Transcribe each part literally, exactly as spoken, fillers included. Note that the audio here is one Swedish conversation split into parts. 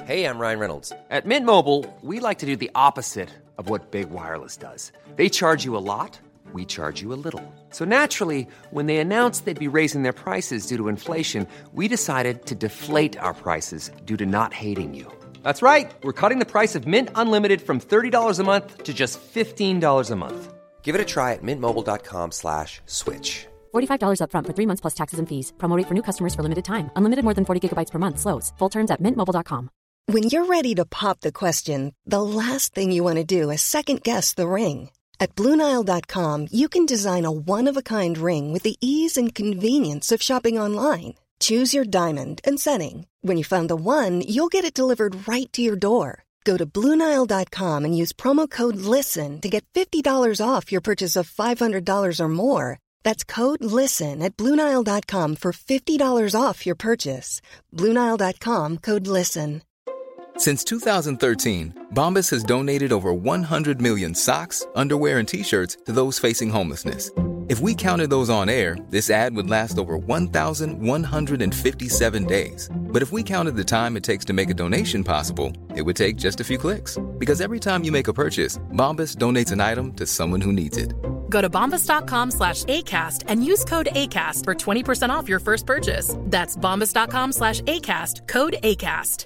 Hey, I'm Ryan Reynolds. At Mint Mobile, we like to do the opposite of what Big Wireless does. They charge you a lot, we charge you a little. So naturally, when they announced they'd be raising their prices due to inflation, we decided to deflate our prices due to not hating you. That's right. We're cutting the price of Mint Unlimited from thirty dollars a month to just fifteen dollars a month. Give it a try at mintmobile.com slash switch. forty-five dollars up front for three months plus taxes and fees. Promo rate for new customers for limited time. Unlimited more than forty gigabytes per month slows. Full terms at mint mobile dot com. When you're ready to pop the question, the last thing you want to do is second-guess the ring. At Blue Nile dot com, you can design a one-of-a-kind ring with the ease and convenience of shopping online. Choose your diamond and setting. When you find the one, you'll get it delivered right to your door. Go to Blue Nile dot com and use promo code LISTEN to get fifty dollars off your purchase of five hundred dollars or more. That's code LISTEN at Blue Nile dot com for fifty dollars off your purchase. Blue Nile dot com, code LISTEN. Since two thousand thirteen, Bombas has donated over one hundred million socks, underwear, and T-shirts to those facing homelessness. If we counted those on air, this ad would last over one thousand one hundred fifty-seven days. But if we counted the time it takes to make a donation possible, it would take just a few clicks. Because every time you make a purchase, Bombas donates an item to someone who needs it. Go to bombas.com slash ACAST and use code ACAST for twenty percent off your first purchase. That's bombas.com slash ACAST, code ACAST.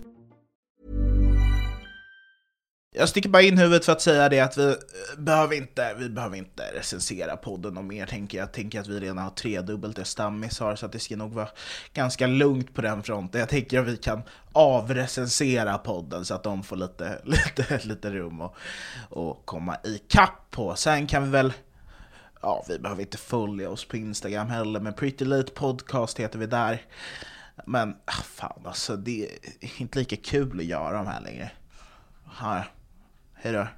Jag sticker bara in huvudet för att säga det att vi behöver inte, vi behöver inte recensera podden och mer, tänker jag. Jag tänker att vi redan har tredubbelt det Stammis har, så att det ska nog vara ganska lugnt på den fronten. Jag tänker att vi kan avrecensera podden så att de får lite, lite, lite rum och, och komma i kapp på. Sen kan vi väl, ja, vi behöver inte följa oss på Instagram heller, men Pretty Late Podcast heter vi där. Men ah, fan alltså, det är inte lika kul att göra de här längre. Ja, hej då.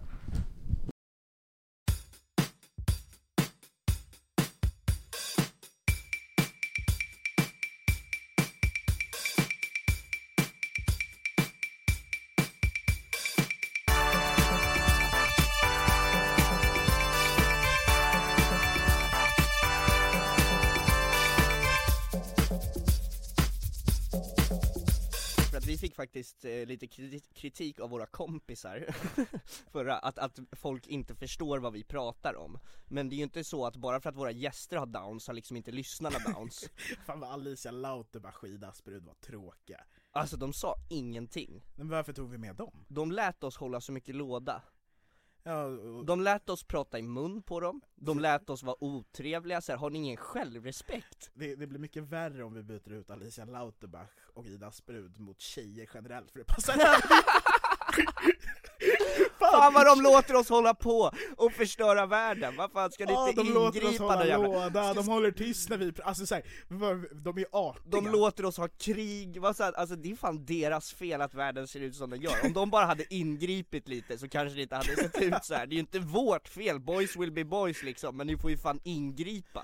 Vi fick faktiskt eh, lite kritik av våra kompisar för att, att folk inte förstår vad vi pratar om. Men det är ju inte så att bara för att våra gäster har downs har liksom inte lyssnarna downs. Fan vad Alicia Lauterbach och Ida Asprud var tråkiga. Alltså de sa ingenting. Men varför tog vi med dem? De lät oss hålla så mycket låda. Ja, och... De lät oss prata i mun på dem. De lät oss vara otrevliga. Så här, har ni ingen självrespekt? Det, det blir mycket värre om vi byter ut Alicia Lauterbach och Ida Asprud mot tjejer generellt, för det passar. Fan vad de låter oss hålla på och förstöra världen. Vad fan ska ni ja, inte de ingripa? låter oss hålla jävla... låda, de håller tyst när vi, alltså så här, de är artiga. De låter oss ha krig. Vad så här, alltså det är fan deras fel att världen ser ut som den gör. Om de bara hade ingripit lite så kanske det inte hade sett ut så här. Det är ju inte vårt fel. Boys will be boys liksom, men ni får ju fan ingripa.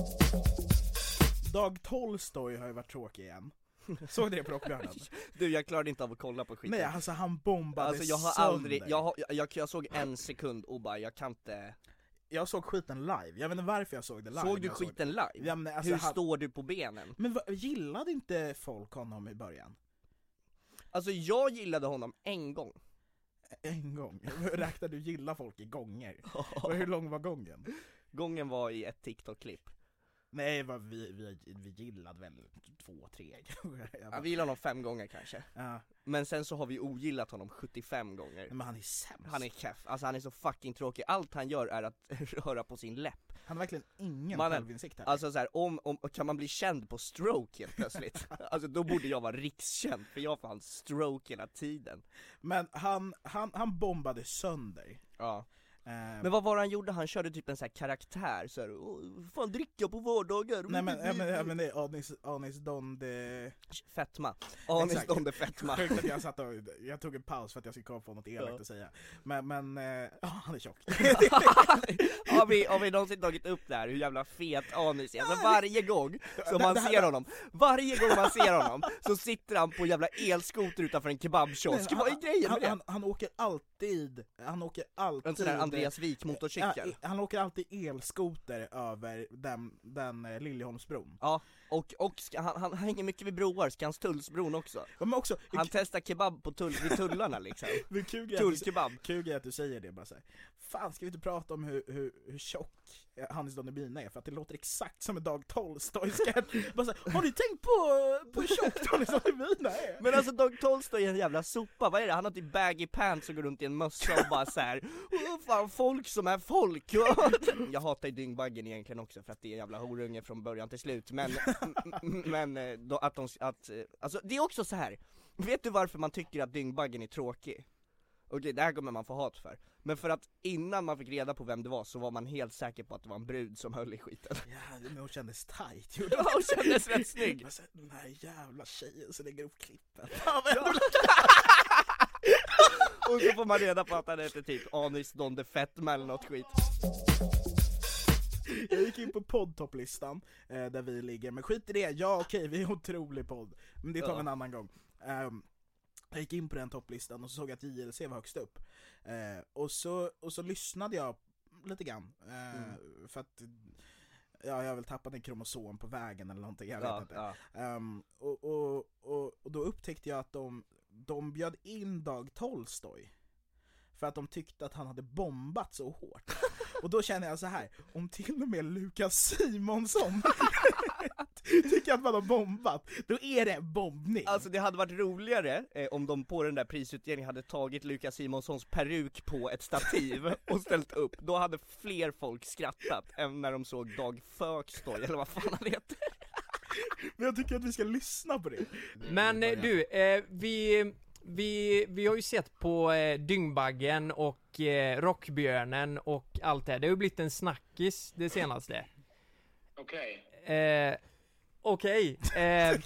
Dag Tolstoy har ju varit tråkig igen. Såg det på Rockbjörnen? Du, jag klarade inte av att kolla på skiten. Nej, alltså han bombade alltså, jag har sönder. aldrig, jag, har, jag, jag såg en sekund och bara, jag kan inte. Jag såg skiten live, jag vet inte varför jag såg det live. Såg du skiten live? Ja, men alltså, hur han... står du på benen? Men vad, gillade inte folk honom i början? Alltså jag gillade honom en gång. En gång? Räknar du gilla folk i gånger? Och hur lång var gången? Gången var i ett TikTok-klipp. Nej, vad vi, vi, vi gillade väl två, tre gånger. Ja, vi gillade honom fem gånger kanske. Ja. Men sen så har vi ogillat honom sjuttiofem gånger. Men han är sämst. Han är keff. Alltså han är så fucking tråkig. Allt han gör är att röra på sin läpp. Han har verkligen ingen Mannen, självinsikt här. Alltså så här, om, om, kan man bli känd på stroke helt plötsligt? Alltså då borde jag vara rikskänd, för jag får han stroke hela tiden. Men han, han, han bombade sönder. Ja. Men vad var det han gjorde? Han körde typ en sån här karaktär så här, fan dricka på vardagar. Nej men, ja, men, ja, men det är Anis, Anis Don de... Fetma. Anis Don de Fetma. Sjukt att jag satt och, jag tog en paus för att jag skulle komma på något elakt ja. att säga. Men, men äh, oh, han är tjock. har, vi, har vi någonsin tagit upp det här, hur jävla fet Anis är? Alltså varje gång som man ser honom, varje gång man ser honom så sitter han på en jävla elskoter utanför en kebabkiosk. Vad är grejen med det? Han, han åker alltid, han åker alltid Andreas Wik motorcykel. Ja, han åker alltid elskoter över den, den eh, Liljeholmsbron. Ja, och, och ska, han, han hänger mycket vid broar, Skanstullsbron också. Ja, men också han testar kebab på tull, vid tullarna liksom. Tullkebab. Kul är att du säger det bara så här. Fan, ska vi inte prata om hur, hur, hur tjock Hannes Donnebina är, för att det låter exakt som en Dag Tolstoy. Bara så här, har ni tänkt på, på hur tjock Hannes Donnebina är? Men alltså Dag Tolstoy är en jävla sopa, vad är det? Han har typ baggy pants och går runt i en mössa och bara så här. Fan, folk som är folk. Jag hatar ju Dyngbaggen egentligen också för att det är en jävla horunge från början till slut. Men, men då, att de, att, alltså det är också så här. Vet du varför man tycker att Dyngbaggen är tråkig? Okej, det här kommer man få hat för. Men för att innan man fick reda på vem det var så var man helt säker på att det var en brud som höll i skiten. Ja, men hon kändes tight. Ja, hon kändes rätt snygg. Den här jävla tjejen som lägger upp klippen. Och så får man reda på att han heter typ Anis Don de Fetma eller något skit. Jag gick in på poddtopplistan eh, där vi ligger, men skit i det. Ja, okej, vi är en otrolig podd, men det tar vi en annan gång. Um, Jag gick in på den topplistan och så såg jag att J L C var högst upp. Eh, och, så, och så lyssnade jag lite grann. Eh, mm. För att ja, jag har väl tappat en kromosom på vägen eller någonting, jag vet ja, inte. Ja. Um, och, och, och, och då upptäckte jag att de, de bjöd in Dag Tolstoy för att de tyckte att han hade bombat så hårt. Och då känner jag så här, om till och med Lukas Simonsson tycker att man har bombat, då är det en bombning. Alltså det hade varit roligare eh, om de på den där prisutdelningen hade tagit Lukas Simonssons peruk på ett stativ och ställt upp. Då hade fler folk skrattat än när de såg Dag Fökstoy, eller vad fan han heter. Men jag tycker att vi ska lyssna på det. Men eh, du, eh, vi... Vi, vi har ju sett på eh, Dyngbaggen och eh, Rockbjörnen och allt det här. Det har ju blivit en snackis det senaste. Okej. Okay. Eh, Okej. Okay. Eh,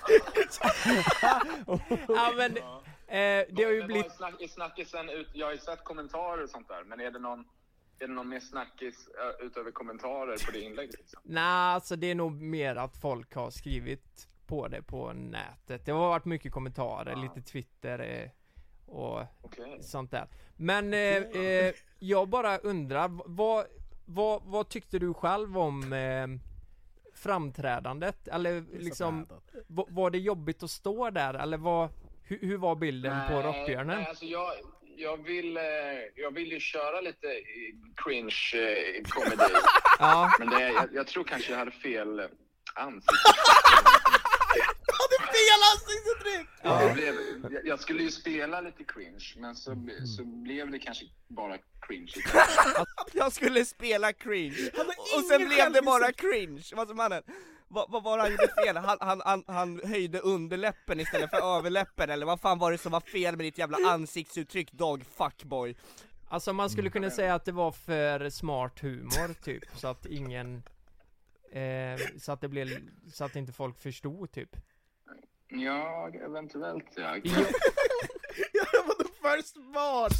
ja, men eh, det har ju blivit... Snack, i snackisen ut, jag har ju sett kommentarer och sånt där, men är det någon, är det någon mer snackis uh, utöver kommentarer på det inlägget? Liksom? Nej, alltså det är nog mer att folk har skrivit på det på nätet. Det har varit mycket kommentarer, ah. lite Twitter eh, och okay. sånt där. Men eh, eh, jag bara undrar, vad, vad, vad tyckte du själv om eh, framträdandet? Eller liksom, var, var det jobbigt att stå där? Eller vad, hur, hur var bilden nej, på Rockbjörnen? Nej, alltså jag, jag, vill, jag vill ju köra lite cringe-komedi. Ja. Men det, jag, jag tror kanske jag hade fel ansikte. Det fel ansiktsuttryck! Ja. Det blev, jag, jag skulle ju spela lite cringe, men så, mm. så blev det kanske bara cringe. Jag skulle spela cringe, och sen blev det bara cringe. Vad mannen? Vad, vad var det han gjorde fel? Han, han, han, han höjde underläppen istället för överläppen, eller vad fan var det som var fel med ditt jävla ansiktsuttryck, Dag Fuckboy? Alltså man skulle kunna säga att det var för smart humor typ, så att ingen... Eh, så att det blev, så att inte folk förstod typ. Ja, eventuellt ja. Jag var the first smart.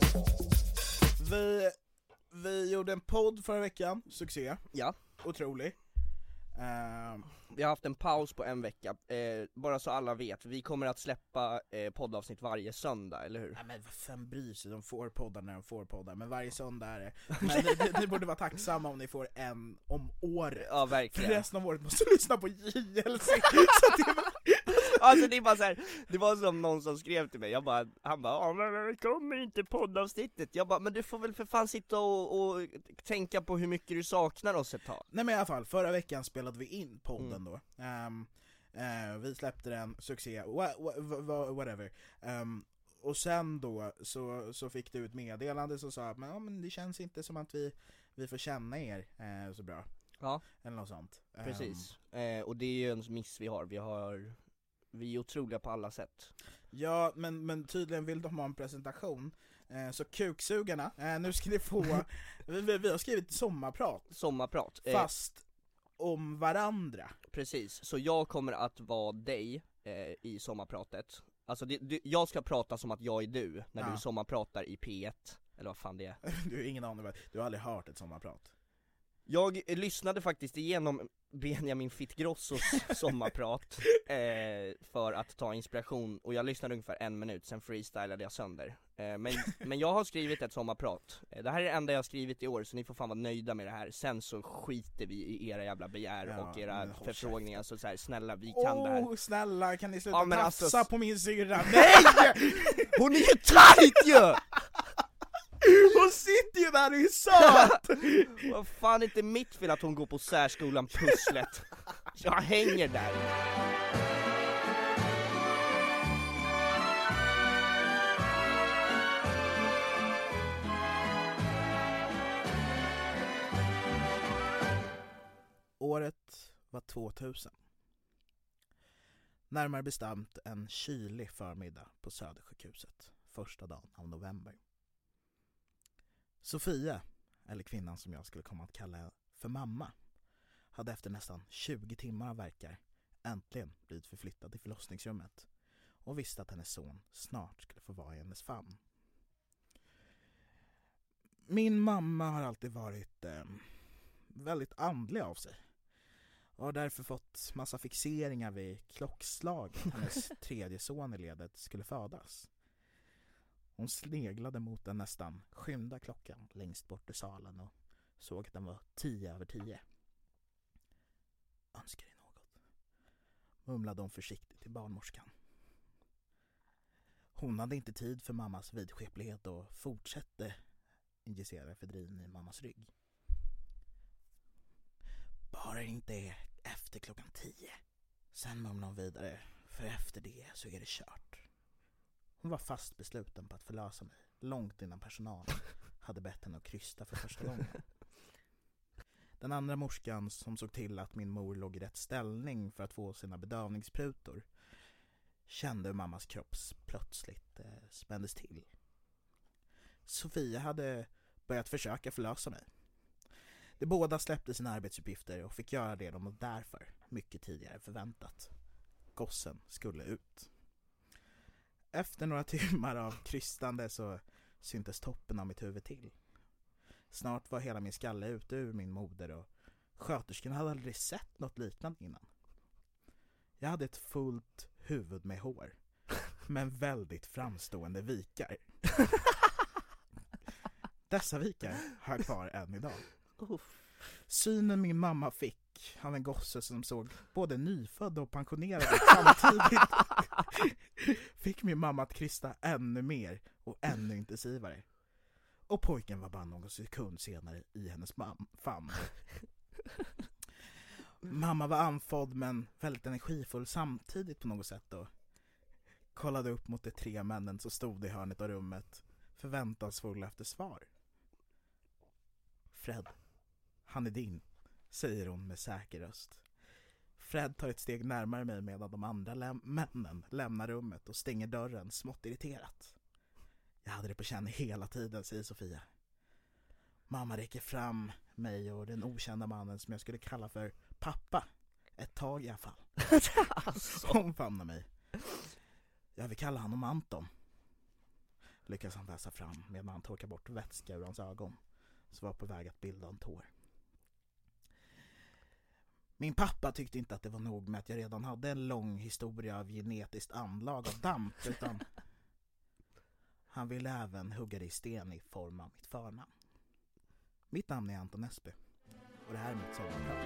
Vi vi gjorde en podd förra veckan, succé. Ja, otrolig. Uh, vi har haft en paus på en vecka, eh, bara så alla vet. Vi kommer att släppa eh, poddavsnitt varje söndag, eller hur? Nej, men vad fan bryr sig, de får poddar när de får poddar. Men varje söndag är det. Men ni, ni, ni borde vara tacksamma om ni får en om året. Ja, verkligen. För resten av året måste lyssna på J L C. Så det var... Alltså det är bara så här, det var som någon som skrev till mig. Jag bara, han bara, ja men det kommer inte poddavsnittet. Jag bara, men du får väl för fan sitta och, och tänka på hur mycket du saknar oss ett tag. Nej men i alla fall, förra veckan spelade vi in podden mm. då. Um, uh, vi släppte den, succé, wha- wha- whatever. Um, och sen då så, så fick du ett meddelande som sa, men, ja, men det känns inte som att vi, vi får känna er uh, så bra. Ja. Eller något sånt. Precis. Um, uh, och det är ju en miss vi har. Vi har... Vi är otroliga på alla sätt. Ja, men, men tydligen vill de ha en presentation. Eh, så kuksugarna, eh, nu ska ni få... vi, vi har skrivit sommarprat. Sommarprat. Fast eh, om varandra. Precis, så jag kommer att vara dig eh, i sommarpratet. Alltså det, du, jag ska prata som att jag är du när ja. du sommarpratar i P ett. Eller vad fan det är. Du har ingen aning, du har aldrig hört ett sommarprat. Jag lyssnade faktiskt igenom Benjamin Fittgrossos sommarprat eh, för att ta inspiration, och jag lyssnade ungefär en minut, sen freestylade jag sönder. Eh, men, men jag har skrivit ett sommarprat. Eh, det här är det enda jag har skrivit i år, så ni får fan vara nöjda med det här. Sen så skiter vi i era jävla begär ja, och era förfrågningar, så, så här, snälla, vi oh, kan det här. Snälla, kan ni sluta ja, tafsa alltså... på min syrra? Nej! Hon är ju tajt ju! Hon sitter ju där och är söt! Vad fan, inte mitt fel att hon går på särskolan Pusslet. Jag hänger där. Året var tvåtusen. Närmare bestämt en kylig förmiddag på Södersjukhuset, första dagen av november. Sofia, eller kvinnan som jag skulle komma att kalla för mamma, hade efter nästan tjugo timmar av verkar äntligen blivit förflyttad till förlossningsrummet och visste att hennes son snart skulle få vara i hennes famn. Min mamma har alltid varit eh, väldigt andlig av sig och har därför fått massa fixeringar vid klockslag att hennes tredje son i ledet skulle födas. Hon sneglade mot den nästan skymda klockan längst bort i salen och såg att den var tio över tio. Önskar dig något, mumlade hon försiktigt till barnmorskan. Hon hade inte tid för mammas vidskeplighet och fortsatte injicera efedrin i mammas rygg. Bara det inte är efter klockan tio. Sen mumlade hon vidare, för efter det så är det kört. Hon var fast besluten på att förlösa mig långt innan personalen hade bett henne att krysta för första gången. Den andra morskan som såg till att min mor låg i rätt ställning för att få sina bedövningsprutor kände hur mammas kropp plötsligt eh, spändes till. Sofia hade börjat försöka förlösa mig. De båda släppte sina arbetsuppgifter och fick göra det de därför mycket tidigare förväntat. Gossen skulle ut. Efter några timmar av krystande så syntes toppen av mitt huvud till. Snart var hela min skalle ute ur min moder och sköterskan hade aldrig sett något liknande innan. Jag hade ett fullt huvud med hår, men väldigt framstående vikar. Dessa vikar har jag kvar än idag. Synen min mamma fick av en gosse som såg både nyfödd och pensionerad samtidigt fick min mamma att krysta ännu mer och ännu intensivare. Och pojken var bara någon sekund senare i hennes mam- famn. Mamma var andfådd men väldigt energifull samtidigt på något sätt och kollade upp mot de tre männen som stod i hörnet av rummet, förväntansfulla efter svar. Fred, han är din, säger hon med säker röst. Fred tar ett steg närmare mig medan de andra läm- männen lämnar rummet och stänger dörren smått irriterat. Jag hade det på känn hela tiden, säger Sofia. Mamma räcker fram mig och den okända mannen som jag skulle kalla för pappa. Ett tag i alla fall. alltså. Hon famnar mig. Jag vill kalla honom Anton. Lyckas han väsa fram medan han torkar bort vätska ur hans ögon, så var på väg att bilda en tår. Min pappa tyckte inte att det var nog med att jag redan hade en lång historia av genetiskt anlag av damp, utan han ville även hugga det i sten i form av mitt förnamn. Mitt namn är Anton Esby och det här är mitt sommarprat.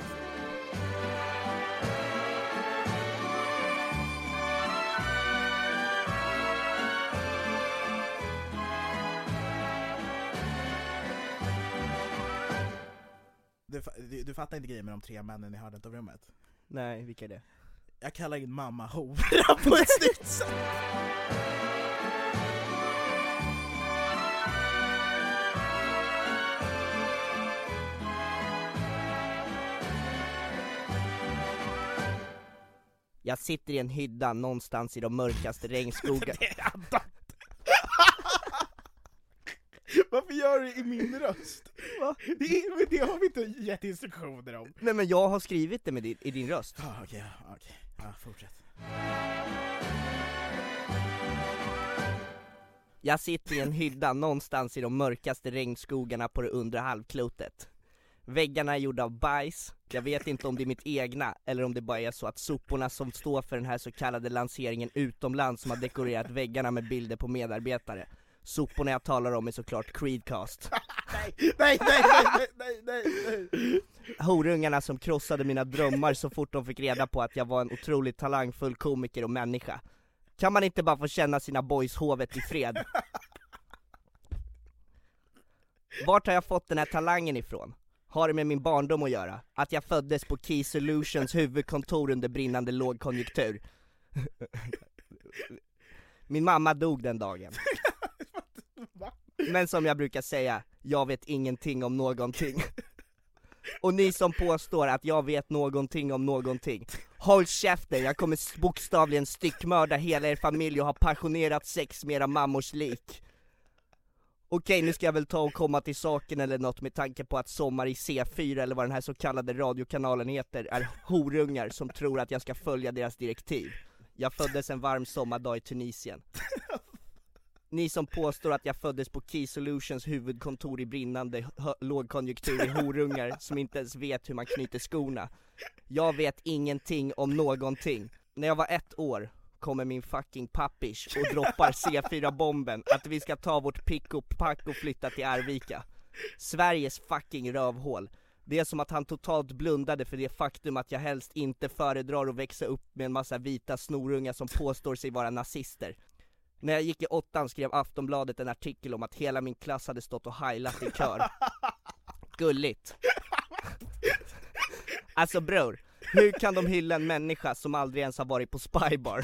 Du, du, du fattar inte grejen med de tre männen i hörnet av rummet? Nej, vilka är det? Jag kallar in mamma hora på ett snyggt sätt. Jag sitter i en hydda någonstans i de mörkaste regnskogarna. Varför gör du det i min röst? Va? Det, det har vi inte gett instruktioner om. Nej, men jag har skrivit det med din, i din röst. Ah, okej, okay, okej. Okay. Ah, fortsätt. Jag sitter i en hydda någonstans i de mörkaste regnskogarna på det undre halvklotet. Väggarna är gjorda av bajs. Jag vet inte om det är mitt egna eller om det bara är så att soporna som står för den här så kallade lanseringen utomlands som har dekorerat väggarna med bilder på medarbetare. Soporna jag talar om är såklart Creedcast. nej, nej, nej, nej, nej, nej, nej. Horungarna som krossade mina drömmar så fort de fick reda på att jag var en otroligt talangfull komiker och människa. Kan man inte bara få känna sina boys hovet i fred? Vart har jag fått den här talangen ifrån? Har det med min barndom att göra? Att jag föddes på Key Solutions huvudkontor under brinnande lågkonjunktur. Min mamma dog den dagen. Men som jag brukar säga, jag vet ingenting om någonting. Och ni som påstår att jag vet någonting om någonting, håll käften, jag kommer bokstavligen styckmörda hela er familj och ha passionerat sex med era mammors lik. Okej, nu ska jag väl ta och komma till saken eller något med tanke på att Sommar i C fyra eller vad den här så kallade radiokanalen heter är horungar som tror att jag ska följa deras direktiv. Jag föddes en varm sommardag i Tunisien. Ni som påstår att jag föddes på Key Solutions huvudkontor i brinnande hö- lågkonjunktur i horungar som inte ens vet hur man knyter skorna. Jag vet ingenting om någonting. När jag var ett år kommer min fucking pappish och droppar C fyra-bomben att vi ska ta vårt pick och pack och flytta till Arvika. Sveriges fucking rövhål. Det är som att han totalt blundade för det faktum att jag helst inte föredrar att växa upp med en massa vita snorungar som påstår sig vara nazister. När jag gick i åttan skrev Aftonbladet en artikel om att hela min klass hade stått och heilat i kör. Gulligt. Alltså bror, hur kan de hylla en människa som aldrig ens har varit på Spybar?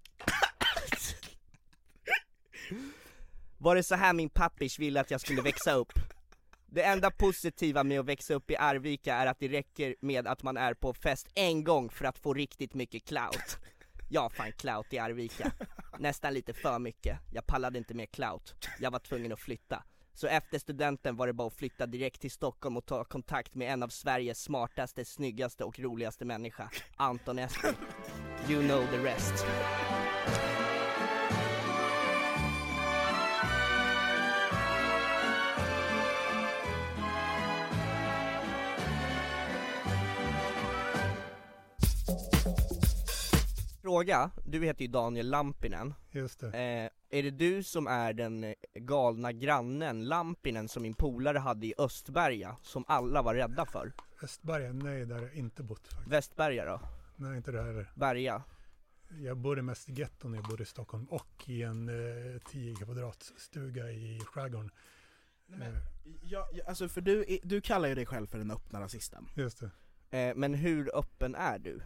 Var det så här min pappish ville att jag skulle växa upp? Det enda positiva med att växa upp i Arvika är att det räcker med att man är på fest en gång för att få riktigt mycket clout. Ja, fan clout i Arvika. Nästan lite för mycket. Jag pallade inte med clout. Jag var tvungen att flytta. Så efter studenten var det bara att flytta direkt till Stockholm och ta kontakt med en av Sveriges smartaste, snyggaste och roligaste människa, Anton Esby. You know the rest. Fråga, du heter ju Daniel Lampinen. Just det. Eh, är det du som är den galna grannen Lampinen som min polare hade i Östberga, som alla var rädda för? Östberga? Nej, där har jag inte bott faktiskt. Västberga då? Nej, inte det här. Berga? Jag bodde mest i getton, jag bodde i Stockholm och i en eh, tio kvadratstuga i skärgården. Nej, men, ja, ja, alltså för du, du kallar ju dig själv för den öppna rasisten. Just det. Eh, men hur öppen är du?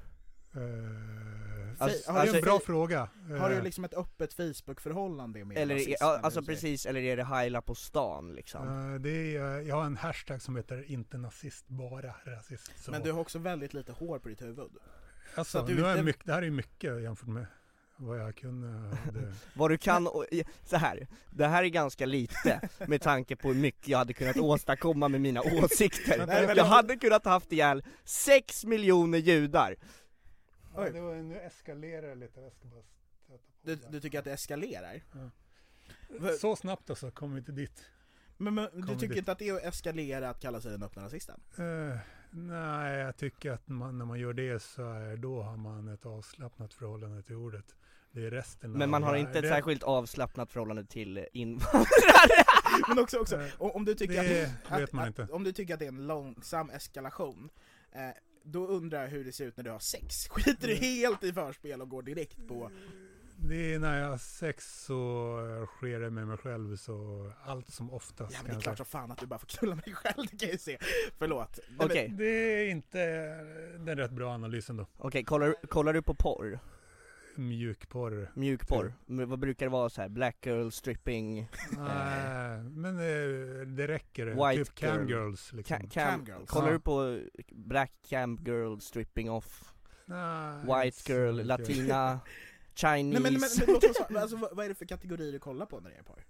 Uh, alltså, har alltså, du en bra i, fråga? Har du liksom ett öppet Facebook-förhållande med eller rasism, ja, alltså precis, eller är det heila på stan liksom? Uh, det är, jag har en hashtag som heter inte nazist, bara rasist. Så. Men du har också väldigt lite hår på ditt huvud. Alltså, du, nu är det... mycket, det här är mycket jämfört med vad jag kunde. Det... vad du kan, så här, det här är ganska lite med tanke på hur mycket jag hade kunnat åstadkomma med mina åsikter. Nej, jag hade kunnat haft ihjäl sex miljoner judar. Ja, det var, nu eskalerar det lite. Jag ska bara du, du tycker att det eskalerar? Ja. Så snabbt då så kommer vi inte dit. Men, men du tycker dit. Inte att det är att eskalera att kalla sig den öppna rasisten? Uh, nej, jag tycker att man, när man gör det så är, då har man ett avslappnat förhållande till ordet. Det är resten. Men man av, har inte ett det... särskilt avslappnat förhållande till invandrare. Men också, också om, du tycker det att, vet man att, inte. Att, om du tycker att det är en långsam eskalation, eh, då undrar jag hur det ser ut när du har sex. Skiter du helt i förspel och går direkt på... Det är när jag har sex så sker det med mig själv, så allt som oftast. Ja, men det är klart så fan att du bara får knulla med dig själv, det kan jag ju se. Förlåt. Okej. Okay. Det är inte den rätt bra analysen då. Okej, okay, kollar, kollar du på porr? Mjukporr. Mjukporr. Men vad brukar det vara så här? Black girl stripping? Nej, äh, men det, det räcker. White typ cam girls liksom. Cam, cam girls. Kollar ja. du på black cam girl stripping off? Nej, white girl, latina, Chinese. Nej, men, men, men låt oss, alltså, vad, vad är det för kategorier du kollar på när det är porr?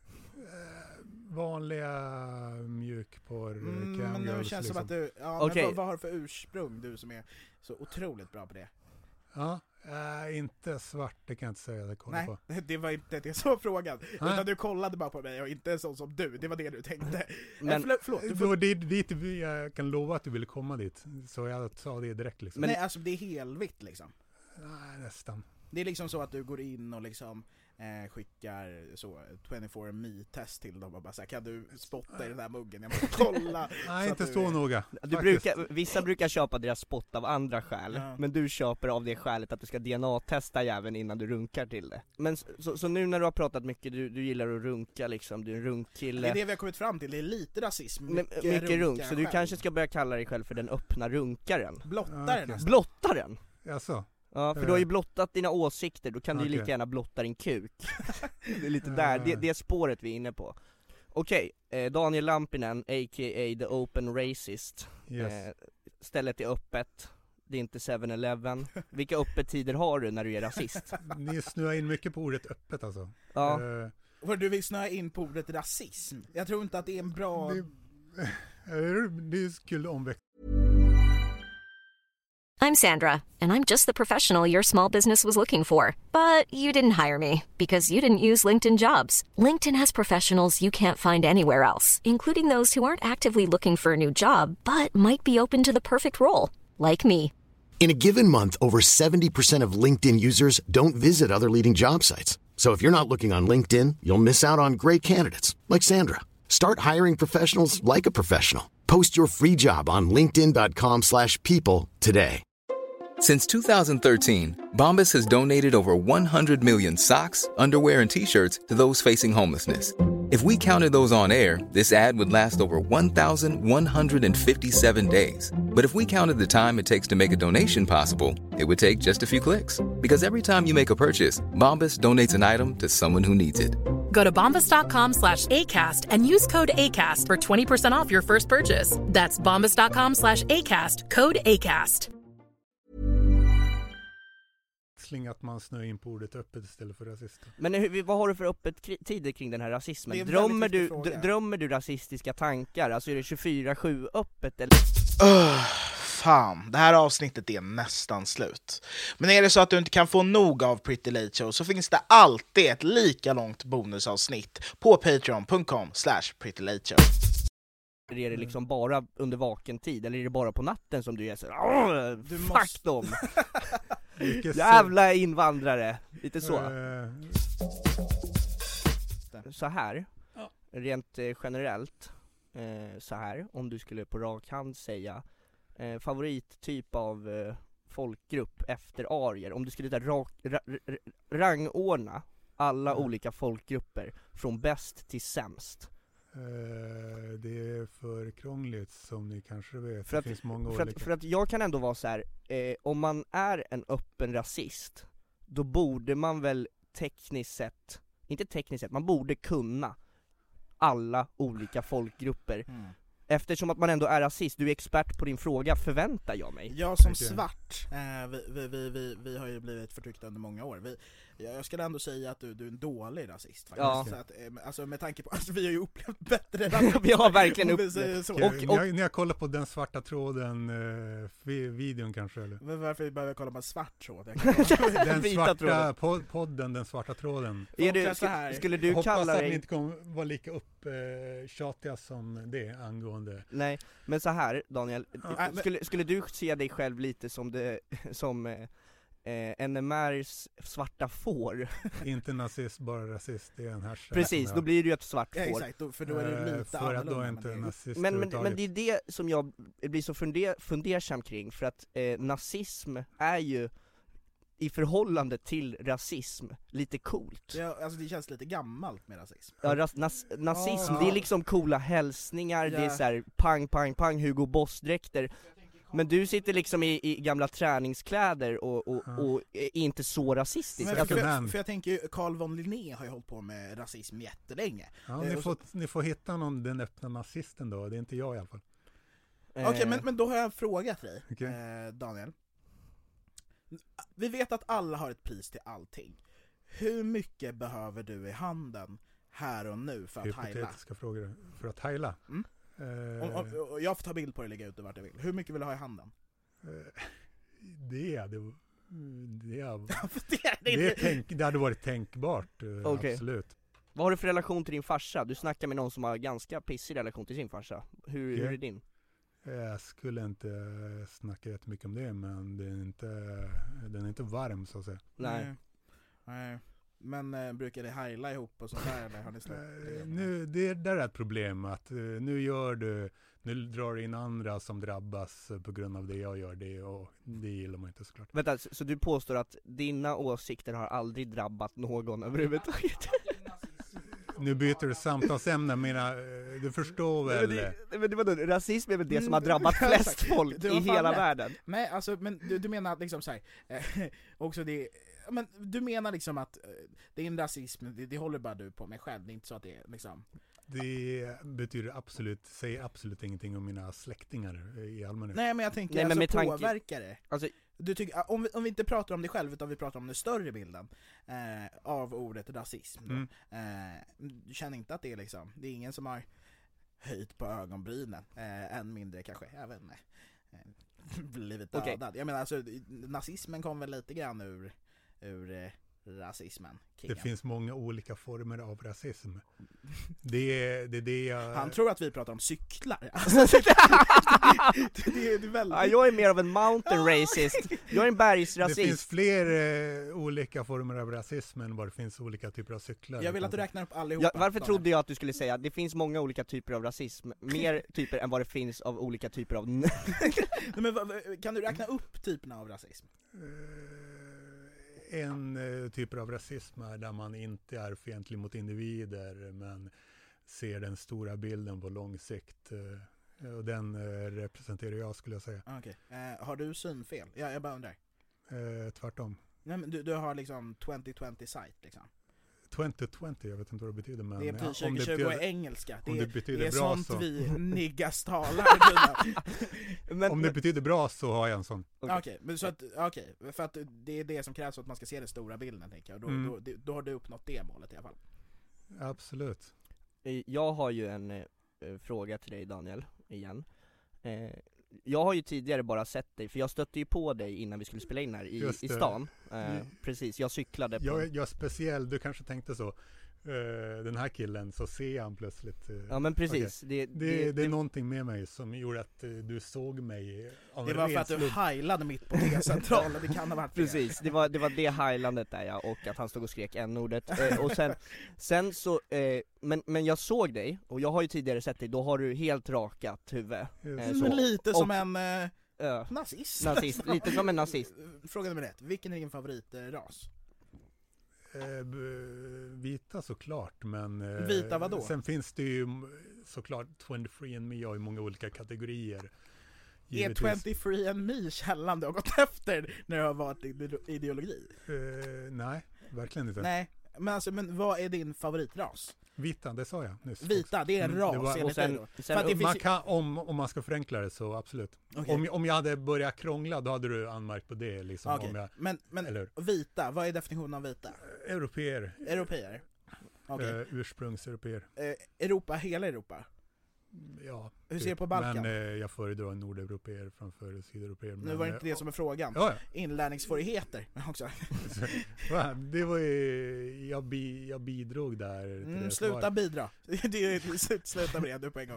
Vanliga mjukporr, mm, cam men girls. Det känns liksom. som att du, ja, okay. men vad, vad har du för ursprung, du som är så otroligt bra på det? Ja, Äh, inte svart, det kan jag inte säga. Det, Nej, på. det var inte det som var frågan. Nej. Utan du kollade bara på mig och inte så som du. Det var det du tänkte. Men, förlåt, förlåt, du får... det, dit, jag kan lova att du ville komma dit. Så jag sa det direkt liksom. Men nej, alltså det är helvitt liksom. Nej, nästan. Det är liksom så att du går in och liksom eh, skickar så tjugofyra me-test till dem och bara så här, kan du spotta i den här muggen? Jag måste kolla. Nej, så inte så du... noga. Du brukar, vissa brukar köpa deras spott av andra skäl, ja. Men du köper av det skälet att du ska D N A-testa jäveln innan du runkar till det. Men så, så nu när du har pratat mycket, du, du gillar att runka liksom, du är en runkkille. Det är det vi har kommit fram till, det är lite rasism. Mycket, mycket runk, så du själv. Kanske ska börja kalla dig själv för den öppna runkaren. Blottaren. Okay. Blottaren? Jaså? Ja, för du har ju blottat dina åsikter, då kan okay. du ju lika gärna blotta din kuk. Det är lite där, det, det är spåret vi är inne på. Okej, okay, eh, Daniel Lampinen, a k a the open racist. Yes. Eh, stället är öppet, det är inte seven eleven. Vilka öppettider har du när du är rasist? Ni snöar in mycket på ordet öppet alltså. Ja. Uh, för du vill snöa in på ordet rasism. Jag tror inte att det är en bra... Det, det är kul omväxt. I'm Sandra, and I'm just the professional your small business was looking for. But you didn't hire me because you didn't use LinkedIn Jobs. LinkedIn has professionals you can't find anywhere else, including those who aren't actively looking for a new job, but might be open to the perfect role, like me. In a given month, over seventy percent of LinkedIn users don't visit other leading job sites. So if you're not looking on LinkedIn, you'll miss out on great candidates, like Sandra. Start hiring professionals like a professional. Post your free job on linkedin dot com slash people today. Since two thousand thirteen, Bombas has donated over one hundred million socks, underwear, and T-shirts to those facing homelessness. If we counted those on air, this ad would last over one thousand one hundred fifty-seven days. But if we counted the time it takes to make a donation possible, it would take just a few clicks. Because every time you make a purchase, Bombas donates an item to someone who needs it. Go to bombas dot com slash ACAST and use code ACAST for twenty percent off your first purchase. That's bombas dot com slash ACAST, code ACAST. Att man snöar in på ordet öppet istället för rasist. Men hur, vad har du för öppet kri- tider kring den här rasismen? Drömmer du, d- drömmer du rasistiska tankar? Alltså är det tjugofyra sju öppet eller? Uh, fan, det här avsnittet är nästan slut. Men är det så att du inte kan få nog av Pretty Late Show så finns det alltid ett lika långt bonusavsnitt på patreon dot com slash pretty late show. Är det liksom bara under vaken tid eller är det bara på natten som du är så här, du fuck måste... dem. Jävla invandrare. Lite så. Uh... Så här. Rent eh, generellt eh, så här, om du skulle på rak hand säga eh, favorittyp av eh, folkgrupp efter arier, om du skulle där rak, ra, ra, rangordna alla mm. olika folkgrupper från bäst till sämst. Uh, det är för krångligt som ni kanske vet. För att, det finns många för olika. Att, för att jag kan ändå vara så här, eh, om man är en öppen rasist, då borde man väl tekniskt sett, inte tekniskt sett, man borde kunna alla olika folkgrupper. Mm. Eftersom att man ändå är rasist, du är expert på din fråga, förväntar jag mig. Jag som okay. svart, eh, vi, vi, vi, vi, vi har ju blivit förtryckta under många år. Vi, jag skulle ändå säga att du, du är en dålig rasist faktiskt. Ja. Så att, eh, alltså med tanke på att alltså, vi har ju upplevt bättre än vi har verkligen upplevt så. Och, och, och, ni har kollat på den svarta tråden eh, videon kanske eller? Men varför behöver jag kolla på en svart tråd? Den svarta pod, podden, den svarta tråden. Är du, så här. Skulle du hoppas kalla att dig... ni inte kommer vara lika upp eh, tjatiga som det angående. Nej, men så här Daniel, ja, skulle, men... skulle du se dig själv lite som det som eh, N M R:s svarta får? Inte nazist, bara rasist, det är en härskare. Precis, då blir det ju ett svart får. Ja, exakt, för då är det lite för att då inte nazist. Men, men, men det är det som jag blir så funder, fundersam kring, för att eh, nazism är ju i förhållande till rasism lite coolt. Ja, alltså det känns lite gammalt med rasism. Ja, ras, nas, nazism, oh, det är liksom coola hälsningar, yeah. Det är så här pang, pang, pang, Hugo Boss-dräkter. Men du sitter liksom i, i gamla träningskläder och, och, mm. och är inte så rasistisk. Men för, för, för jag tänker, Carl von Linné har ju hållit på med rasism jättelänge. Ja, ni, får, ni får hitta någon, den öppna nazisten då, det är inte jag i alla fall. Okej, okay, men, men då har jag en fråga till dig, okay. eh, Daniel. Vi vet att alla har ett pris till allting. Hur mycket behöver du i handen här och nu för att heila? Hypotetiska frågor. För att heila? Mm. Uh, om, om, om jag får ta bild på det och lägga ut det vart jag vill. Hur mycket vill du ha i handen? Uh, det, det Det, är, det, är det, är tänk, det hade varit tänkbart, okay. absolut. Vad har du för relation till din farsa? Du snackar med någon som har ganska pissig relation till sin farsa. Hur, yeah. hur är din? Jag skulle inte snacka jättemycket om det, men det är inte, den är inte varm så att säga. Nej. Nej. Men äh, brukar det heila ihop och sånt där, eller har ni släppt det? Nu, det där är ett problem, att uh, nu gör du, nu drar du in andra som drabbas på grund av det jag gör, det, och det gillar man inte såklart. Vänta, så, så du påstår att dina åsikter har aldrig drabbat någon överhuvudtaget? Nu byter du samtalsämne, mina, du förstår väl? Men det, men det var då, rasism är väl det som har drabbat flest folk i hela rätt. världen? Nej, alltså, men du, du menar att liksom så här, eh, också det, men du menar liksom att eh, det är en rasism, det, det håller bara du på med själv, det är inte så att det är liksom... Det betyder absolut, säger absolut ingenting om mina släktingar i allmänhet. Nej, men jag tänker, Nej, men alltså, tanke... påverkar det? Alltså... Du tycker, om, vi, om vi inte pratar om det själv, utan vi pratar om den större bilden eh, av ordet rasism då. Mm. Eh, du känner inte att det är liksom, det är ingen som har höjt på ögonbrynen, eh, än mindre kanske, jag vet inte, eh, blivit dödad. Okay. Jag menar, alltså, nazismen kom väl lite grann ur, ur eh, rasismen. Kingen. Det finns många olika former av rasism. Det är det, är det jag... Han tror att vi pratar om cyklar. Alltså, det, det, det, det är väldigt... ja, jag är mer av en mountain racist. Jag är en bergsrasist. Det finns fler eh, olika former av rasism än vad det finns olika typer av cyklar. Jag vill att du räknar upp allihopa. Ja, varför trodde jag att du skulle säga att det finns många olika typer av rasism? Mer typer än vad det finns av olika typer av... Nej, men, kan du räkna upp typerna av rasism? En uh, typ av rasism är där man inte är fientlig mot individer, men ser den stora bilden på lång sikt. Uh, och den uh, representerar jag, skulle jag säga. Okay. Uh, har du synfel? Ja, jag bara undrar. Uh, tvärtom. Nej, men du, du har liksom tjugo tjugo sight liksom. tjugo tjugo, jag vet inte vad det betyder, men det är ja, tjugo tjugo i engelska. Det, det betyder det är bra sånt så. Vi niggas talar. men, om det betyder bra så har jag en sån. Okej, okay, men så att okej, okay, för att det är det som krävs för att man ska se den stora bilden, tänker jag. Då, mm. då, då har du uppnått det målet i alla fall. Absolut. Jag har ju en eh, fråga till dig, Daniel, igen. Eh, jag har ju tidigare bara sett dig, för jag stötte ju på dig innan vi skulle spela in här i, i stan. Eh, precis, jag cyklade på... Jag, jag är speciell, du kanske tänkte så. Uh, den här killen, så ser han plötsligt uh, ja, men precis. Okay. det, det, det, det är någonting med mig som gjorde att uh, du såg mig av det var för att du heilade mitt på T-centralen. Det kan ha varit precis, det var, det var det heilandet där, ja, och att han stod och skrek n-ordet uh, och sen, sen så uh, men, men jag såg dig, och jag har ju tidigare sett dig, då har du helt rakat huvud uh, men lite och, som en uh, uh, nazist. nazist Lite som en nazist. Fråga nummer ett, vilken är din favoritras? Eh, vita såklart, men eh, vita vadå? Sen finns det ju såklart twenty-three and me har ju många olika kategorier. Givetvis. Är twenty-three and me källan du har gått efter när du har varit ideologi? Eh, nej, verkligen inte. Nej, men alltså, men vad är din favoritras? Vita, det sa jag nyss. Vita, det är en ras. Mm, var, och sen, sen, för att man kan, om, om man ska förenkla det så absolut. Okay. Om, om jag hade börjat krångla, då hade du anmärkt på det. Liksom, okay. om jag, men men vita, vad är definitionen av vita? Europeer. Europeer. Okay. Uh, ursprungseuropeer. Uh, Europa, hela Europa? Ja. Hur ser du på Balkan? Men uh, jag föredrar nordeuropeer framför sydeuropeer. Nu var det inte det som är frågan. Ja, ja. Inlärningssvårigheter också. Det var ju, jag, bi, jag bidrog där. Mm, sluta svar. Bidra. Det är sluta med det på en gång.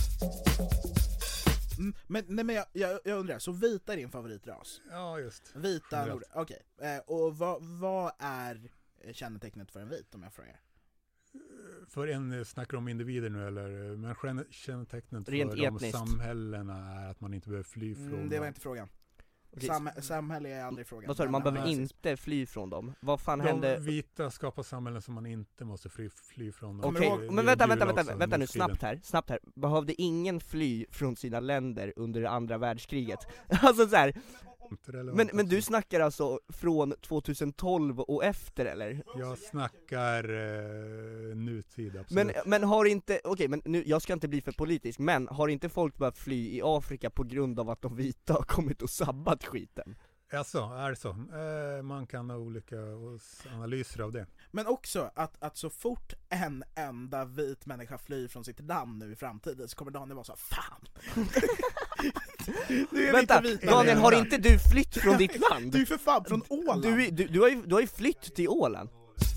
Mm, men nej, men jag, jag, jag undrar, så vita är din favoritras? Ja, just. Vita, nord. Okej. Okay. Eh, och vad, vad är kännetecknet för en vit, om jag frågar? För en snackar om individer nu, eller? Men kännetecknet rent för etniskt. De samhällena är att man inte behöver fly från mm, det var inte frågan. Sam, samhälle är aldrig frågan. Vad sa du, man behöver inte fly från dem? Vad fan de hände? Vita skapar samhällen som man inte måste fly, fly från. Okej, okay. Men vänta, vänta, vänta, vänta nu, snabbt här, snabbt här. Behövde ingen fly från sina länder under andra världskriget? Alltså så här. Men, men du snackar alltså från tjugotolv och efter, eller? Jag snackar eh, nutid, absolut. Men, men har inte, okej, okay, men nu, jag ska inte bli för politisk, men har inte folk börjat fly i Afrika på grund av att de vita har kommit och sabbat skiten? Alltså, är det så? Eh, man kan ha olika analyser av det. Men också att, att så fort en enda vit människa flyr från sitt land nu i framtiden, så kommer Daniel vara så fan. Du är Vänta, lite vita Daniel, med har det. inte du flytt från ditt land? Du är för fan från Åland. Du, du, du, har, ju, du har ju flytt till Åland.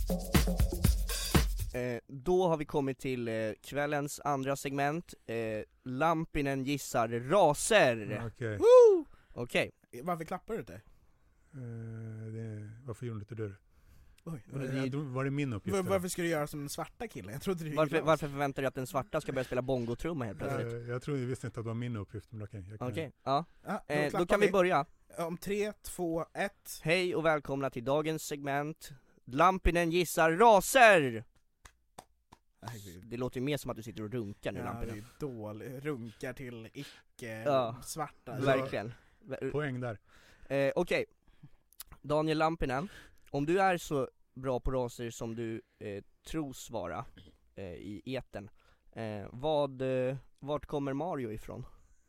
Eh, då har vi kommit till eh, kvällens andra segment. eh, Lampinen gissar raser. Okej. Woo! Okej. Varför klappar du inte? Eh, det, varför gjorde inte du det? Oj, Var det, var det min uppgift? Var, eller? varför ska du göra som den svarta killen? Jag trodde du Varför, varför förväntar du att den svarta ska börja spela bongotrumma helt Eh, plötsligt? jag tror jag visste inte att det var min uppgift, men okej. jag kan- Okej, ja. Ja, då eh, Då klappar kan vi vi. börja. Om tre, två, ett. Hej och välkomna till dagens segment Lampinen gissar raser! Det låter ju mer som att du sitter och runkar nu, Ja, det Lampinen. är dålig. Runkar till icke Ja, svarta. verkligen. Poäng där. Eh, Okej, Daniel Lampinen, om du är så bra på raser som du eh, tros vara eh, i etern, eh, vad, eh, vart kommer Mario ifrån?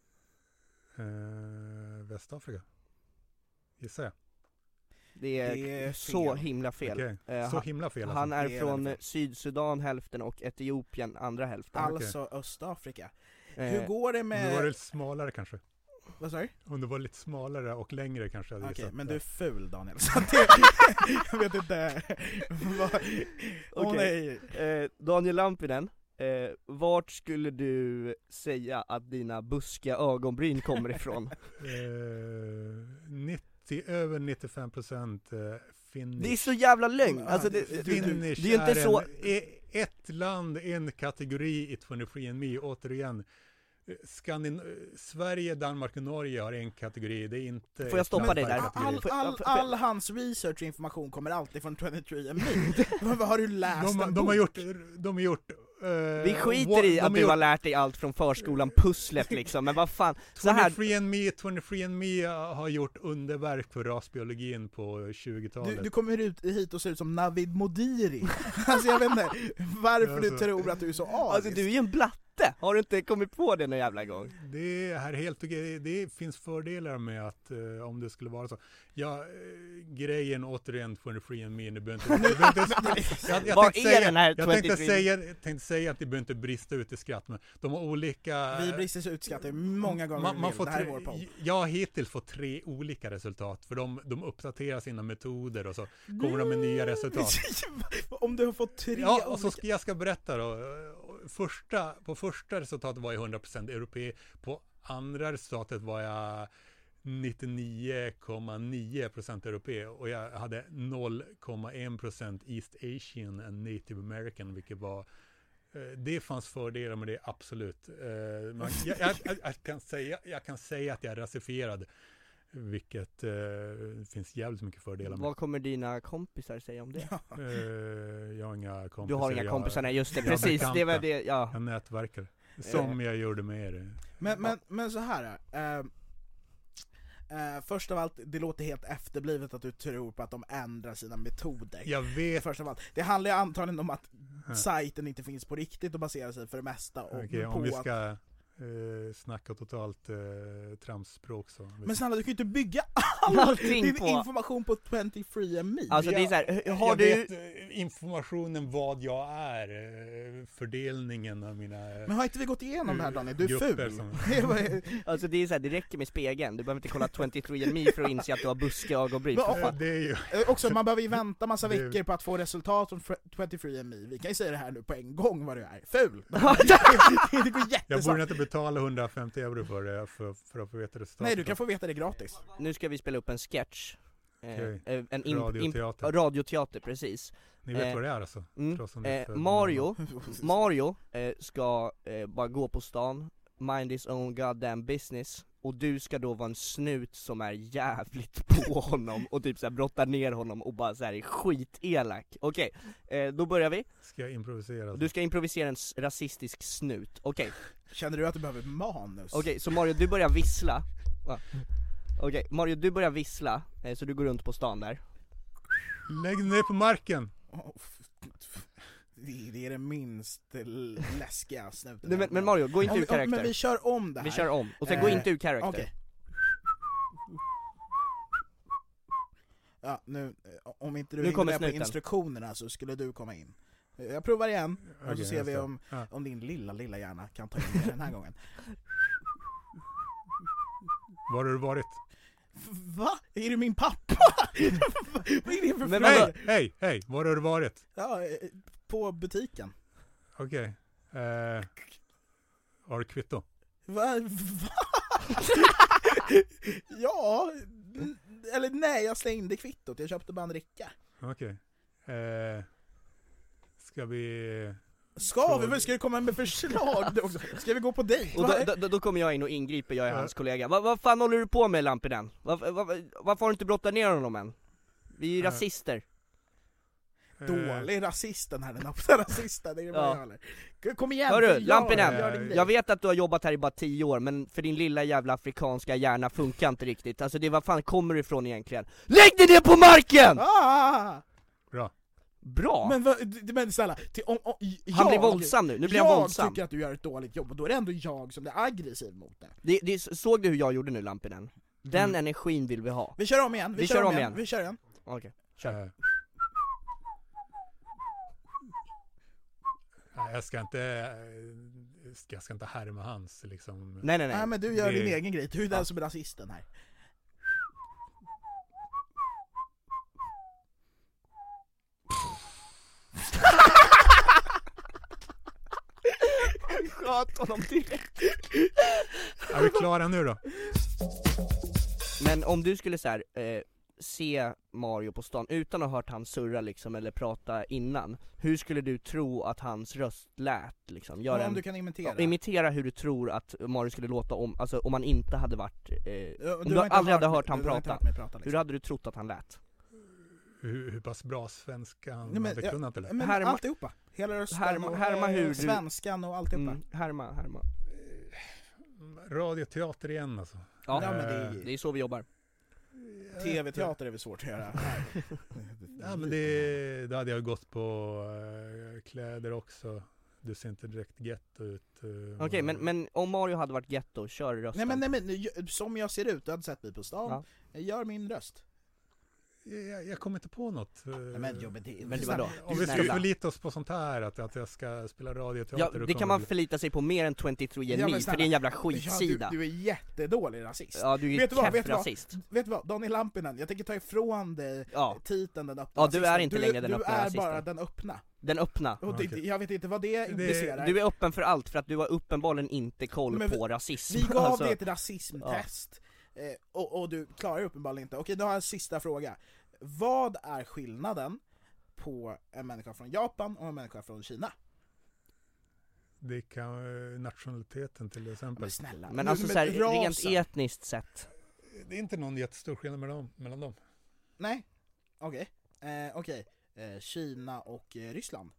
Eh, Västafrika. Gissar jag. Det är, Det är så fel. himla fel. Okej. Eh, Så han- himla fel, Han alltså. Det är är från väldigt Sydsudan hälften och Etiopien andra hälften. Alltså Östafrika. Eh, Hur går det Om det med... var lite smalare kanske. Vad sa du? Om det var lite smalare och längre kanske jag hade Okej, gissat. men du är ful, Daniel. Så att det... jag vet inte. Vad- Åh Okej. nej. Eh, Daniel Lampinen, eh, vart skulle du säga att dina buskiga ögonbryn kommer ifrån? Eh, nittio, över nittiofem procent eh, Finnish. Det är så jävla lögn! Alltså det, det, det, Finnish det är ju inte är så... en, e- ett land, en kategori i twenty-three and me, återigen. Skandin- Sverige, Danmark och Norge har en kategori, det är inte... Får jag stoppa dig där? All, all, all hans research och information kommer alltid från twenty-three and me. Vad har du läst? De, en de har bok? gjort, de har gjort eh, Vi skiter wa- i de att har du gjort- har lärt dig allt från förskolan, pusslet liksom, men vad fan, så här... twenty-three and me, twenty-three and me har gjort underverk för rasbiologin på tjugotalet. Du, du kommer ut hit och ser ut som Navid Modiri. Alltså jag vet inte varför du Alltså- tror att du är så arisk. Alltså du är ju en blatte! Har du inte kommit på det någon jävla gång? Det är helt okej. Det finns fördelar med att eh, om det skulle vara så. Ja, eh, grejen återigen twenty-three and me, det behöver inte... det behöver inte- jag, jag Vad tänkte är säga, den här jag tänkte twenty-three? säga, jag tänkte säga att det behöver inte brista ut i skratt, men de har olika... Vi brister så utskattade många gånger man, man vi får vill. Det här är tre, vår podd. Jag har hittills fått tre olika resultat, för de, de uppdaterar sina metoder och så kommer de med nya resultat. Om du har fått tre Ja, och så olika... ska jag ska berätta då. Första, på första resultatet var jag hundra procent europé. På andra resultatet var jag nittionio komma nio procent europé. Och jag hade noll komma en procent East Asian and Native American, vilket var... eh, Det fanns fördelar med det, absolut. Eh, Man, jag, jag, jag, jag, kan säga, jag kan säga att jag är rasifierad, vilket eh, finns jävligt mycket fördelar med. Vad kommer dina kompisar säga om det? Eh, jag har inga kompisar. Du har inga jag, kompisar, nej just det, jag har precis, det var bekanta. det, ja. Jag nätverkar. Som jag gjorde med er. Men, men, men så här. Äh, äh, först av allt, det låter helt efterblivet att du tror på att de ändrar sina metoder. Jag vet. Först av allt. Det handlar ju antagligen om att Ja. sajten inte finns på riktigt och baserar sig för det mesta och Okej, på om vi att... ska eh, snacka totalt eh, tramsspråk så. Men snälla, du kan ju inte bygga all Allting din på- information på twenty-three and me. Alltså det är så här, jag, har jag du... vet eh, informationen vad jag är, eh, fördelningen av mina... Men har inte vi gått igenom det här, Daniel? Du är grupper ful. som- Alltså det är så här, det räcker med spegeln, du behöver inte kolla twenty-three and me för att inse att du har buskiga ögonbryn. Men, för och- fan. Det är ju... Eh, Också, man behöver ju vänta massa Det- veckor på att få resultat från twenty-three and me. Vi kan ju säga det här nu på en gång vad du är. Ful! det går Jag jättesnabbt. borde inte betala hundrafemtio euro för det, för, för att få veta resultatet. Nej, du kan få veta det gratis. Nu ska vi spela upp en sketch. Eh, Okej. eh, en imp- Radioteater. imp- radioteater, precis. Ni vet Eh, vad det är alltså? Mm. Trots att ni är Eh, födda Mario, Mario eh, ska eh, bara gå på stan, mind his own goddamn business, och du ska då vara en snut som är jävligt på honom och typ såhär brottar ner honom och bara såhär är skitelak. Okej, eh, då börjar vi. Ska jag improvisera? Du ska improvisera en s- rasistisk snut, okej. Känner du att du behöver manus? Okej, så Mario, du börjar vissla. Va? Okej, Mario, du börjar vissla, eh, så du går runt på stan där. Lägg dig ner på marken! Oh, f- f- det, det är det minst l- läskiga snuten. Nej, men, men Mario, gå inte Om ur vi- om- karaktär. Men vi kör om det här. Vi kör om, och sen Eh, gå inte ur karaktär. Okej. Ja, nu, eh, om inte du Nu hängde kommer med på snuten. instruktionerna så skulle du komma in. Eh, Jag provar igen, och så Okej, ser jag vi står. om, Ja. om din lilla, lilla hjärna kan ta in det den här gången. Var har du varit? Va? Är det min pappa? Vad är det för Men hej, hej, hej, var har du varit? Ja, på butiken. Okej. Okay. Eh, har du kvitto? Va? Va? Ja, eller nej, jag slängde kvittot. Jag köpte bara en dricka. Okej. Okay. Eh, ska vi... Ska vi? Vad ska du komma med förslag då? Ska vi gå på dig? Och då, då, då kommer jag in och ingriper, jag är hans kollega. Vad, vad fan håller du på med, Lampinen? Vad, vad, varför har du inte brottat ner honom än? Vi är ju rasister. Dålig rasisten här, den öppna rasisten, det är det ja. jag Kom igen, hörru, Lampinen, jag vet att du har jobbat här i bara tio år, men för din lilla jävla afrikanska hjärna funkar inte riktigt. Alltså det, vad fan kommer du ifrån egentligen? Lägg dig ner på marken! Ah! Bra. Bra? Men, men snälla, till, om, om, jag, han blir våldsam nu, nu blir han våldsam. Jag tycker att du gör ett dåligt jobb, och då är det ändå jag som är aggressiv mot det. det, det såg du hur jag gjorde nu, Lampinen? Den mm. energin vill vi ha. Vi kör om igen, vi, vi kör, kör om igen. igen Vi kör igen. Okej, okay. Kör uh. Jag ska inte jag ska inte härma hans liksom. Nej nej nej. Nej men du gör det... din egen grej. Du är den ja. som är rasisten här. Sköt honom direkt. Är vi klara nu då? Men om du skulle så här, eh, se Mario på stan utan att ha hört han surra liksom, eller prata innan, hur skulle du tro att hans röst lät liksom? Gör om en, du kan imitera. Ja, imitera hur du tror att Mario skulle låta om, alltså om man inte hade varit eh, ja, om du, du aldrig hade hört han prata, hört prata liksom. Hur hade du trott att han lät? Hur, hur pass bra svenska han ja, men, hade kunnat eller? Men härma, alltihopa, hela rösten härma, och härma hur svenskan och alltihopa. Mm, härma, härma. Radioteater igen alltså. Ja, ja men det är, det är så vi jobbar. Tv-teater är väl svårt att göra. Ja men det, det hade jag gått på uh, kläder också. Du ser inte direkt getto ut. Uh, Okej, okay, men, men om Mario hade varit getto, kör rösten. Nej men, nej, men som jag ser ut, du hade sett mig på stan. Ja. Gör min röst. Jag, jag kommer inte på något. Ja, men, jo, men det, men det var då. Om vi ska förlita oss på sånt här, att, att jag ska spela radioteater. Ja, det kan man förlita sig på mer än tjugotre and me, för det är en jävla skitsida. Ja, du, du är jättedålig rasist. Ja, du är vet keff vet rasist. Vad, vet du vad, Daniel Lampinen, jag tänker ta ifrån dig ja. titeln den öppna. Ja, du är inte du, längre den du öppna rasisten. Du är bara den öppna. Den öppna. Och det, okay. Jag vet inte vad det implicerar. Du är öppen för allt, för att du har uppenbarligen inte koll men, på rasism. Vi gav alltså. dig ett rasismtest, ja. eh, och, och du klarar uppenbarligen inte. Okej, då har jag en sista fråga. Vad är skillnaden på en människa från Japan och en människa från Kina? Det kan nationaliteten till exempel. Men snälla. Men alltså så här, rent etniskt sett. Det är inte någon jättestor skillnad mellan dem. Mellan dem. Nej, okej. Okay. Eh, okej. Okay. Eh, Kina och eh, Ryssland.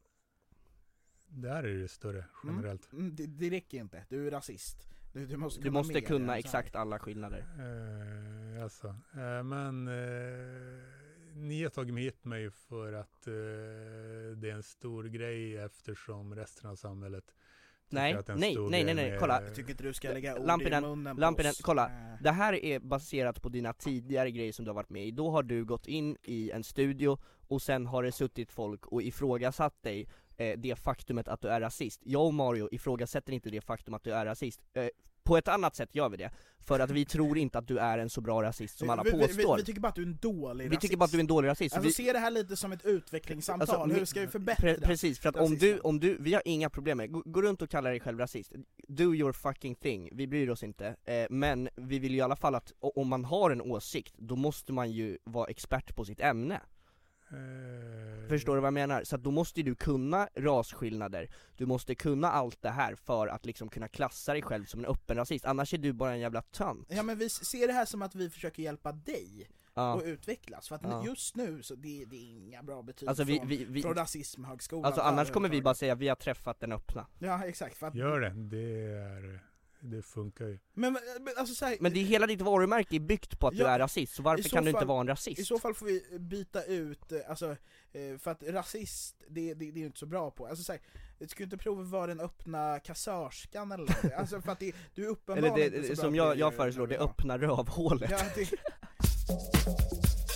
Där är det större generellt. Mm, det, det räcker inte. Du är rasist. Du, du måste, du måste kunna exakt alla skillnader. Eh, alltså. eh, men eh, ni har tagit med hit mig för att eh, det är en stor grej eftersom resten av samhället Nej, nej, nej, nej, nej, kolla. Jag tycker inte du ska lägga ord Lampinen, i munnen på Lampinen, oss. kolla. Det här är baserat på dina tidigare grejer som du har varit med i. Då har du gått in i en studio och sen har det suttit folk och ifrågasatt dig eh, det faktumet att du är rasist. Jag och Mario ifrågasätter inte det faktum att du är rasist. Eh, På ett annat sätt gör vi det. För att vi tror inte att du är en så bra rasist som alla vi, påstår. Vi, vi, vi tycker bara att du är en dålig rasist. Vi tycker bara att du är en dålig rasist. Alltså vi... se det här lite som ett utvecklingssamtal. Alltså, hur ska vi förbättra? Pre- precis, för att om du, om du, vi har inga problem med, gå, gå runt och kalla dig själv rasist. Do your fucking thing, vi bryr oss inte. Eh, men vi vill ju i alla fall att, om man har en åsikt, då måste man ju vara expert på sitt ämne. Uh... Förstår du vad jag menar? Så att då måste du kunna rasskillnader. Du måste kunna allt det här för att liksom kunna klassa dig själv som en öppen rasist. Annars är du bara en jävla tönt. Ja men vi ser det här som att vi försöker hjälpa dig ja. och utvecklas. För att ja. just nu så det, det är inga bra betyg alltså vi, från, vi, vi, från rasismhögskolan. Alltså annars kommer vi bara säga vi har träffat den öppna. Ja exakt. För att... Gör det, det är... Det funkar ju. Men, men, alltså, så här, men det är hela ditt varumärke är byggt på att ja, du är rasist. Så varför så kan du fall, inte vara en rasist? I så fall får vi byta ut, alltså, för att rasist, det, det, det är ju inte så bra på. Alltså så här, du skulle inte prova att vara den öppna kassörskan eller något. Alltså för att det, du är uppenbarligen eller det, inte så som bra jag, jag föreslår, det öppna rövhålet. Ja, det...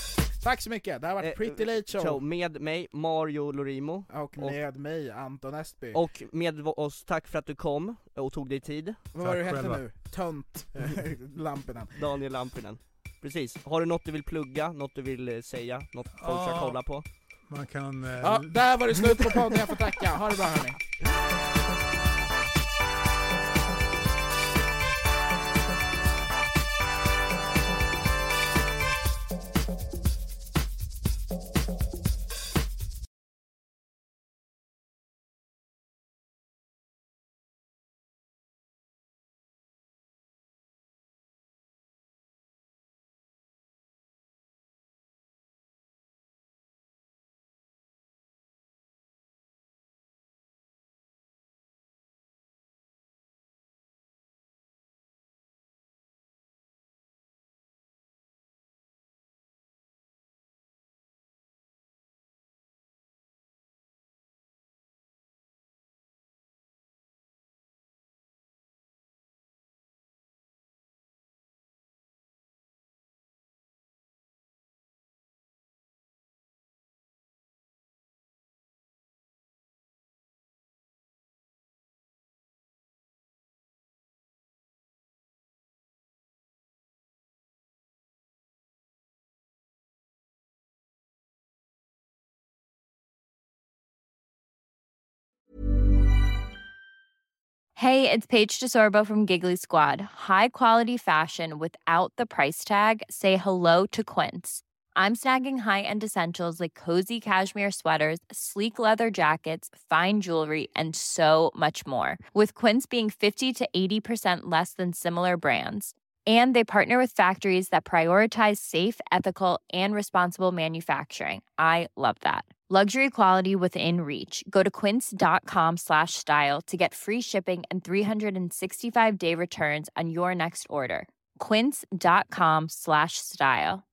Tack så mycket, det har varit Eh, Pretty Late Show. show med mig, Mario Lorimo. Och med mig, Anton Estby. Och med oss, tack för att du kom och tog dig tid. Vad var det du hette nu? Tönt Lampinen. Daniel Lampinen. Precis. Har du något du vill plugga, något du vill eh, säga, något folk ska Ja. kolla på? Man kan... Eh, Ja, där var det slut på podden, jag får tacka. Ha det bra hörni. Hey, it's Paige DeSorbo from Giggly Squad. High quality fashion without the price tag. Say hello to Quince. I'm snagging high-end essentials like cozy cashmere sweaters, sleek leather jackets, fine jewelry, and so much more. With Quince being fifty to eighty percent less than similar brands. And they partner with factories that prioritize safe, ethical, and responsible manufacturing. I love that. Luxury quality within reach. Go to quince.com slash style to get free shipping and three sixty-five day returns on your next order. Quince.com slash style.